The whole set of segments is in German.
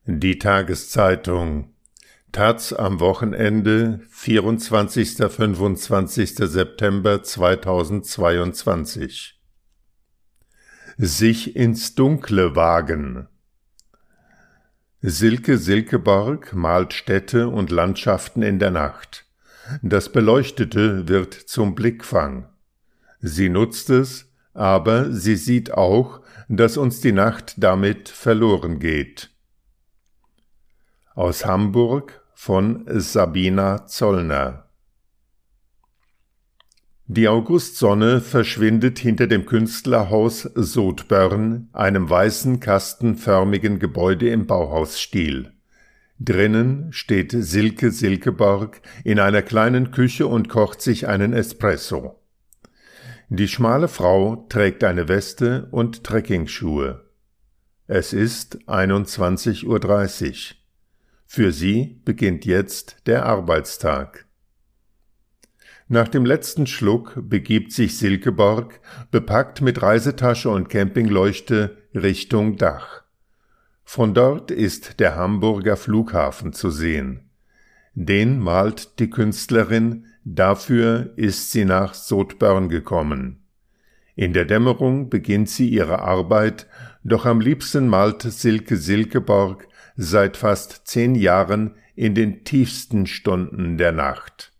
Die Tageszeitung taz am Wochenende 24. 25. September 2022. Sich ins Dunkle wagen. Silke Silkeborg malt Städte und Landschaften in der Nacht. Das Beleuchtete wird zum Blickfang. Sie nutzt es, aber sie sieht auch, dass uns die Nacht damit verloren geht. Aus Hamburg von Sabina Zollner. Die Augustsonne verschwindet hinter dem Künstlerhaus Sodbörn, einem weißen kastenförmigen Gebäude im Bauhausstil. Drinnen steht Silke Silkeborg in einer kleinen Küche und kocht sich einen Espresso. Die schmale Frau trägt eine Weste und Trekkingschuhe. Es ist 21:30 Uhr. Für sie beginnt jetzt der Arbeitstag. Nach dem letzten Schluck begibt sich Silkeborg, bepackt mit Reisetasche und Campingleuchte, Richtung Dach. Von dort ist der Hamburger Flughafen zu sehen. Den malt die Künstlerin, dafür ist sie nach Sodbörn gekommen. In der Dämmerung beginnt sie ihre Arbeit, doch am liebsten malt Silke Silkeborg seit fast 10 Jahren in den tiefsten Stunden der Nacht.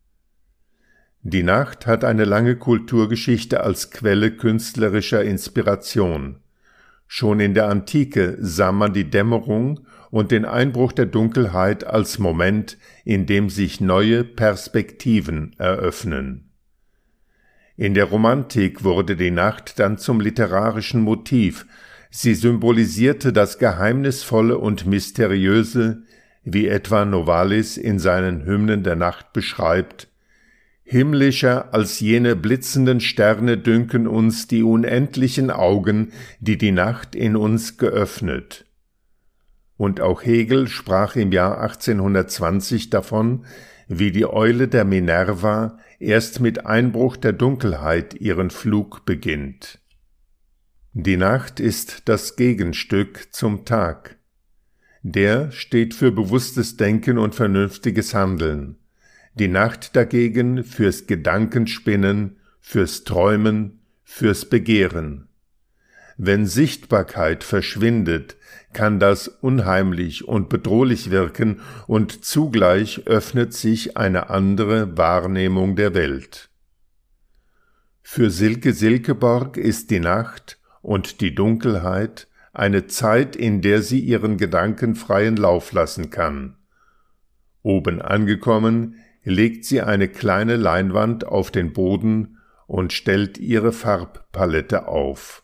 Die Nacht hat eine lange Kulturgeschichte als Quelle künstlerischer Inspiration. Schon in der Antike sah man die Dämmerung und den Einbruch der Dunkelheit als Moment, in dem sich neue Perspektiven eröffnen. In der Romantik wurde die Nacht dann zum literarischen Motiv. Sie symbolisierte das Geheimnisvolle und Mysteriöse, wie etwa Novalis in seinen Hymnen der Nacht beschreibt: Himmlischer als jene blitzenden Sterne dünken uns die unendlichen Augen, die die Nacht in uns geöffnet. Und auch Hegel sprach im Jahr 1820 davon, wie die Eule der Minerva erst mit Einbruch der Dunkelheit ihren Flug beginnt. Die Nacht ist das Gegenstück zum Tag. Der steht für bewusstes Denken und vernünftiges Handeln. Die Nacht dagegen fürs Gedankenspinnen, fürs Träumen, fürs Begehren. Wenn Sichtbarkeit verschwindet, kann das unheimlich und bedrohlich wirken und zugleich öffnet sich eine andere Wahrnehmung der Welt. Für Silke Silkeborg ist die Nacht und die Dunkelheit eine Zeit, in der sie ihren Gedanken freien Lauf lassen kann. Oben angekommen, legt sie eine kleine Leinwand auf den Boden und stellt ihre Farbpalette auf.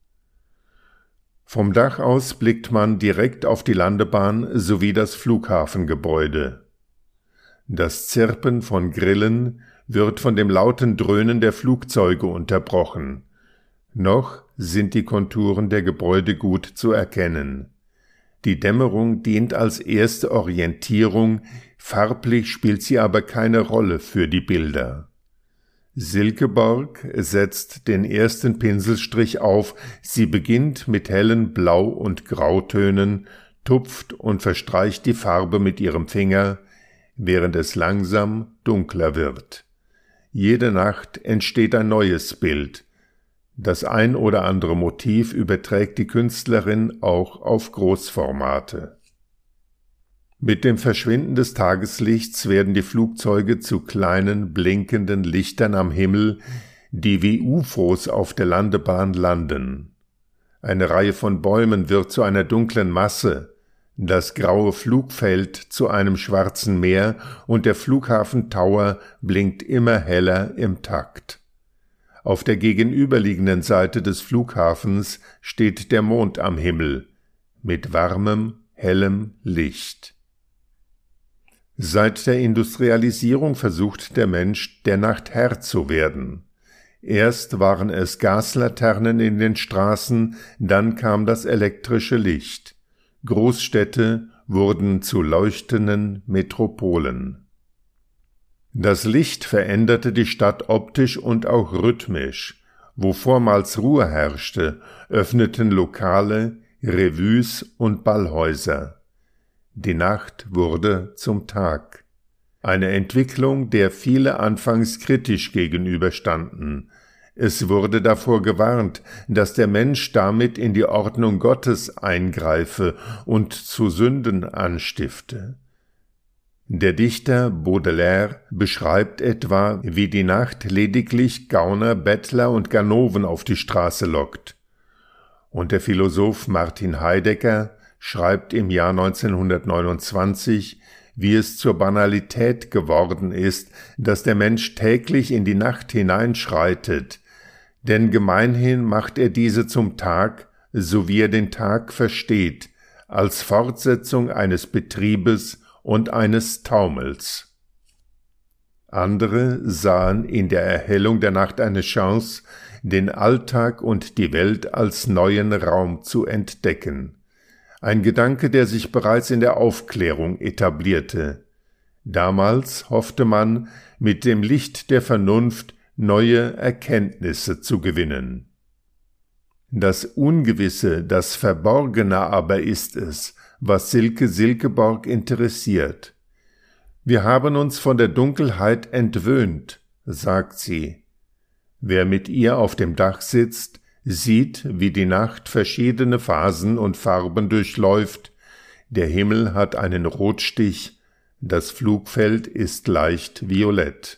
Vom Dach aus blickt man direkt auf die Landebahn sowie das Flughafengebäude. Das Zirpen von Grillen wird von dem lauten Dröhnen der Flugzeuge unterbrochen. Noch sind die Konturen der Gebäude gut zu erkennen. Die Dämmerung dient als erste Orientierung, farblich spielt sie aber keine Rolle für die Bilder. Silkeborg setzt den ersten Pinselstrich auf, sie beginnt mit hellen Blau- und Grautönen, tupft und verstreicht die Farbe mit ihrem Finger, während es langsam dunkler wird. Jede Nacht entsteht ein neues Bild. Das ein oder andere Motiv überträgt die Künstlerin auch auf Großformate. Mit dem Verschwinden des Tageslichts werden die Flugzeuge zu kleinen, blinkenden Lichtern am Himmel, die wie UFOs auf der Landebahn landen. Eine Reihe von Bäumen wird zu einer dunklen Masse, das graue Flugfeld zu einem schwarzen Meer und der Flughafentower blinkt immer heller im Takt. Auf der gegenüberliegenden Seite des Flughafens steht der Mond am Himmel, mit warmem, hellem Licht. Seit der Industrialisierung versucht der Mensch, der Nacht Herr zu werden. Erst waren es Gaslaternen in den Straßen, dann kam das elektrische Licht. Großstädte wurden zu leuchtenden Metropolen. Das Licht veränderte die Stadt optisch und auch rhythmisch. Wo vormals Ruhe herrschte, öffneten Lokale, Revues und Ballhäuser. Die Nacht wurde zum Tag. Eine Entwicklung, der viele anfangs kritisch gegenüberstanden. Es wurde davor gewarnt, dass der Mensch damit in die Ordnung Gottes eingreife und zu Sünden anstifte. Der Dichter Baudelaire beschreibt etwa, wie die Nacht lediglich Gauner, Bettler und Ganoven auf die Straße lockt. Und der Philosoph Martin Heidegger schreibt im Jahr 1929, wie es zur Banalität geworden ist, dass der Mensch täglich in die Nacht hineinschreitet, denn gemeinhin macht er diese zum Tag, so wie er den Tag versteht, als Fortsetzung eines Betriebes und eines Taumels. Andere sahen in der Erhellung der Nacht eine Chance, den Alltag und die Welt als neuen Raum zu entdecken. Ein Gedanke, der sich bereits in der Aufklärung etablierte. Damals hoffte man, mit dem Licht der Vernunft neue Erkenntnisse zu gewinnen. Das Ungewisse, das Verborgene aber ist es, was Silke Silkeborg interessiert. Wir haben uns von der Dunkelheit entwöhnt, sagt sie. Wer mit ihr auf dem Dach sitzt, sieht, wie die Nacht verschiedene Phasen und Farben durchläuft. Der Himmel hat einen Rotstich, das Flugfeld ist leicht violett.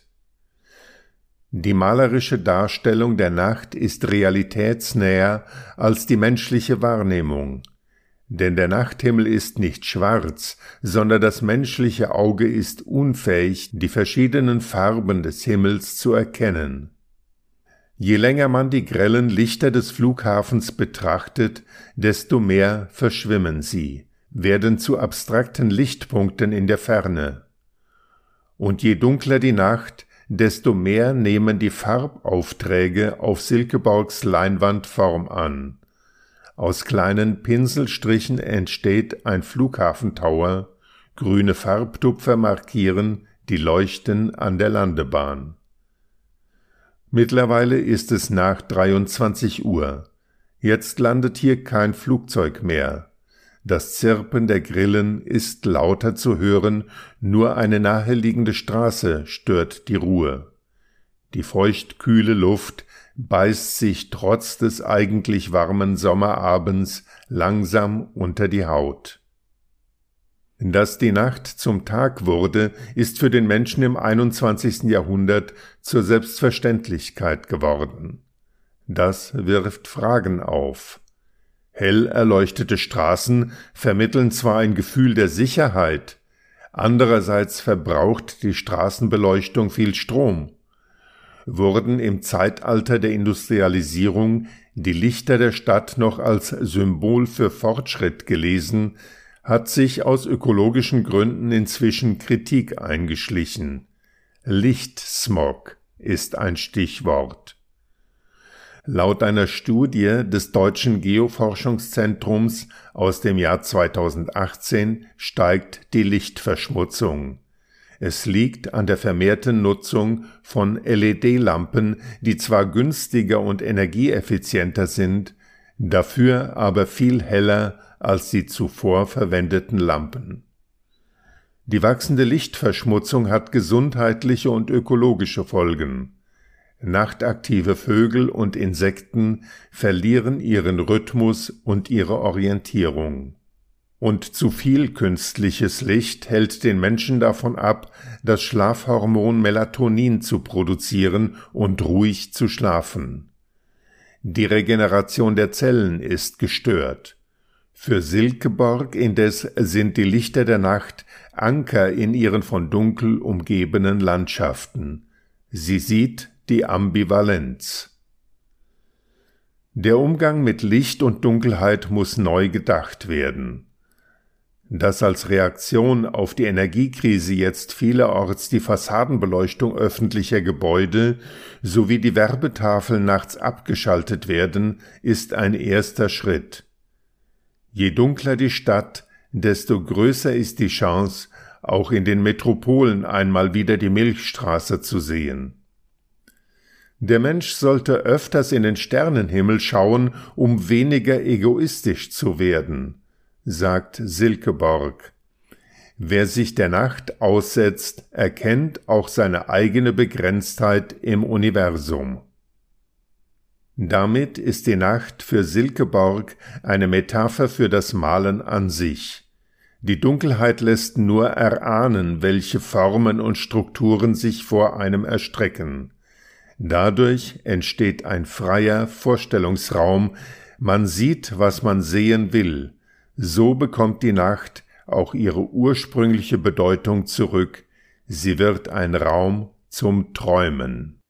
Die malerische Darstellung der Nacht ist realitätsnäher als die menschliche Wahrnehmung. Denn der Nachthimmel ist nicht schwarz, sondern das menschliche Auge ist unfähig, die verschiedenen Farben des Himmels zu erkennen. Je länger man die grellen Lichter des Flughafens betrachtet, desto mehr verschwimmen sie, werden zu abstrakten Lichtpunkten in der Ferne. Und je dunkler die Nacht, desto mehr nehmen die Farbaufträge auf Silkeborgs Leinwand Form an. Aus kleinen Pinselstrichen entsteht ein Flughafentower, grüne Farbtupfer markieren die Leuchten an der Landebahn. Mittlerweile ist es nach 23 Uhr. Jetzt landet hier kein Flugzeug mehr. Das Zirpen der Grillen ist lauter zu hören, nur eine naheliegende Straße stört die Ruhe. Die feuchtkühle Luft beißt sich trotz des eigentlich warmen Sommerabends langsam unter die Haut. Dass die Nacht zum Tag wurde, ist für den Menschen im 21. Jahrhundert zur Selbstverständlichkeit geworden. Das wirft Fragen auf. Hell erleuchtete Straßen vermitteln zwar ein Gefühl der Sicherheit, andererseits verbraucht die Straßenbeleuchtung viel Strom. Wurden im Zeitalter der Industrialisierung die Lichter der Stadt noch als Symbol für Fortschritt gelesen, hat sich aus ökologischen Gründen inzwischen Kritik eingeschlichen. Lichtsmog ist ein Stichwort. Laut einer Studie des Deutschen Geoforschungszentrums aus dem Jahr 2018 steigt die Lichtverschmutzung. Es liegt an der vermehrten Nutzung von LED-Lampen, die zwar günstiger und energieeffizienter sind, dafür aber viel heller als die zuvor verwendeten Lampen. Die wachsende Lichtverschmutzung hat gesundheitliche und ökologische Folgen. Nachtaktive Vögel und Insekten verlieren ihren Rhythmus und ihre Orientierung. Und zu viel künstliches Licht hält den Menschen davon ab, das Schlafhormon Melatonin zu produzieren und ruhig zu schlafen. Die Regeneration der Zellen ist gestört. Für Silkeborg indes sind die Lichter der Nacht Anker in ihren von Dunkel umgebenen Landschaften. Sie sieht die Ambivalenz. Der Umgang mit Licht und Dunkelheit muss neu gedacht werden. Dass als Reaktion auf die Energiekrise jetzt vielerorts die Fassadenbeleuchtung öffentlicher Gebäude sowie die Werbetafeln nachts abgeschaltet werden, ist ein erster Schritt. Je dunkler die Stadt, desto größer ist die Chance, auch in den Metropolen einmal wieder die Milchstraße zu sehen. Der Mensch sollte öfters in den Sternenhimmel schauen, um weniger egoistisch zu werden, sagt Silkeborg. Wer sich der Nacht aussetzt, erkennt auch seine eigene Begrenztheit im Universum. Damit ist die Nacht für Silkeborg eine Metapher für das Malen an sich. Die Dunkelheit lässt nur erahnen, welche Formen und Strukturen sich vor einem erstrecken. Dadurch entsteht ein freier Vorstellungsraum, man sieht, was man sehen will. So bekommt die Nacht auch ihre ursprüngliche Bedeutung zurück, sie wird ein Raum zum Träumen.